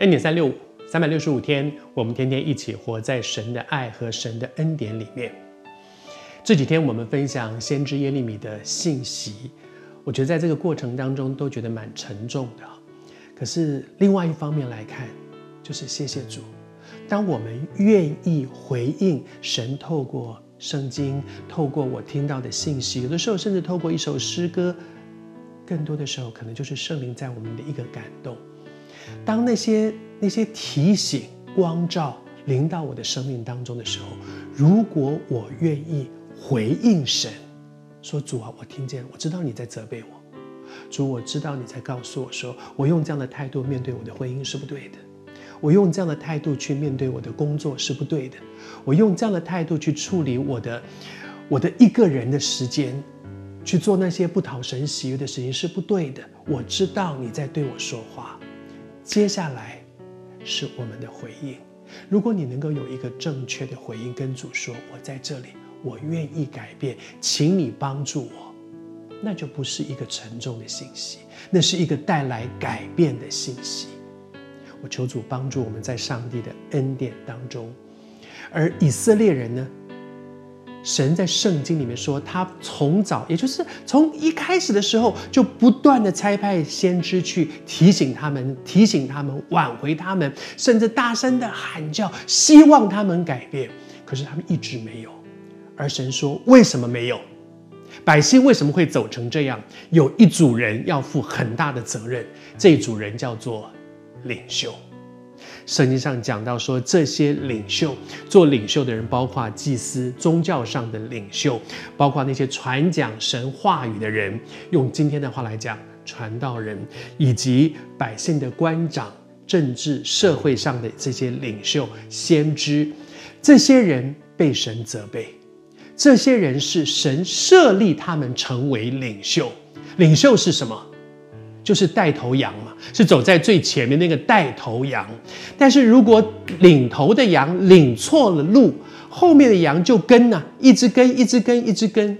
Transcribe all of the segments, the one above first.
恩典365 365天，我们天天一起活在神的爱和神的恩典里面。这几天我们分享先知耶利米的信息，我觉得在这个过程当中都觉得蛮沉重的。可是另外一方面来看，就是谢谢主，当我们愿意回应神透过圣经，透过我听到的信息，有的时候甚至透过一首诗歌，更多的时候可能就是圣灵在我们的一个感动。当那些提醒光照临到我的生命当中的时候，如果我愿意回应神，说主啊，我听见，我知道你在责备我，主，我知道你在告诉我说，我用这样的态度面对我的婚姻是不对的，我用这样的态度去面对我的工作是不对的，我用这样的态度去处理我的一个人的时间，去做那些不讨神喜悦的事情是不对的。我知道你在对我说话。接下来是我们的回应。如果你能够有一个正确的回应，跟主说，我在这里，我愿意改变，请你帮助我，那就不是一个沉重的信息，那是一个带来改变的信息。我求主帮助我们在上帝的恩典当中。而以色列人呢，神在圣经里面说，他从早，也就是从一开始的时候，就不断的差派先知去提醒他们，挽回他们，甚至大声的喊叫，希望他们改变。可是他们一直没有。而神说，为什么没有？百姓为什么会走成这样？有一组人要负很大的责任，这一组人叫做领袖。圣经上讲到说，这些领袖，做领袖的人包括祭司，宗教上的领袖，包括那些传讲神话语的人，用今天的话来讲，传道人，以及百姓的官长，政治社会上的这些领袖先知，这些人被神责备，这些人是神设立他们成为领袖。领袖是什么？就是带头羊嘛，是走在最前面那个带头羊。但是如果领头的羊领错了路，后面的羊就跟一直跟。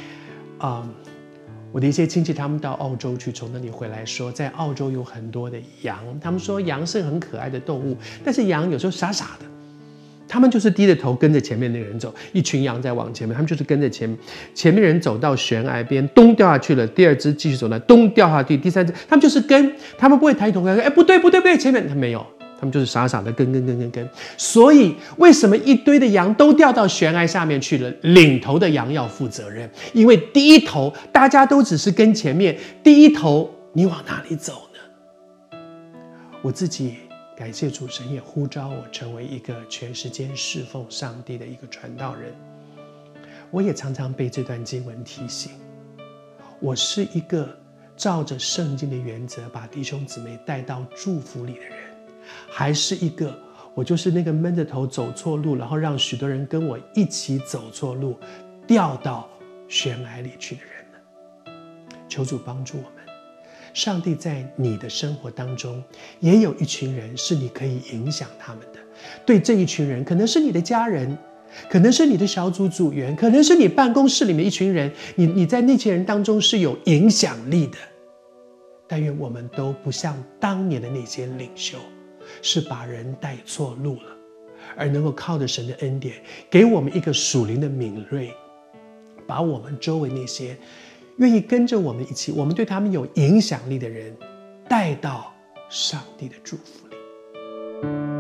我的一些亲戚他们到澳洲去，从那里回来说，在澳洲有很多的羊，他们说羊是很可爱的动物，但是羊有时候傻傻的，他们就是低着头跟着前面那个人走，一群羊在往前面，他们就是跟着前面人走到悬崖边，咚掉下去了，第二只继续走，咚掉下去，第三只，他们就是跟，他们不会抬头看，不对，前面他没有，他们就是傻傻的跟。所以为什么一堆的羊都掉到悬崖下面去了？领头的羊要负责任，因为第一头大家都只是跟前面，第一头你往哪里走呢？我自己感谢主，神也呼召我成为一个全时间侍奉上帝的一个传道人。我也常常被这段经文提醒，我是一个照着圣经的原则把弟兄姊妹带到祝福里的人，还是一个我就是那个闷着头走错路，然后让许多人跟我一起走错路，掉到悬崖里去的人呢？求主帮助我们。上帝在你的生活当中也有一群人是你可以影响他们的。对这一群人，可能是你的家人，可能是你的小组组员，可能是你办公室里面一群人，你在那群人当中是有影响力的。但愿我们都不像当年的那些领袖，是把人带错路了，而能够靠着神的恩典，给我们一个属灵的敏锐，把我们周围那些愿意跟着我们一起，我们对他们有影响力的人，带到上帝的祝福里。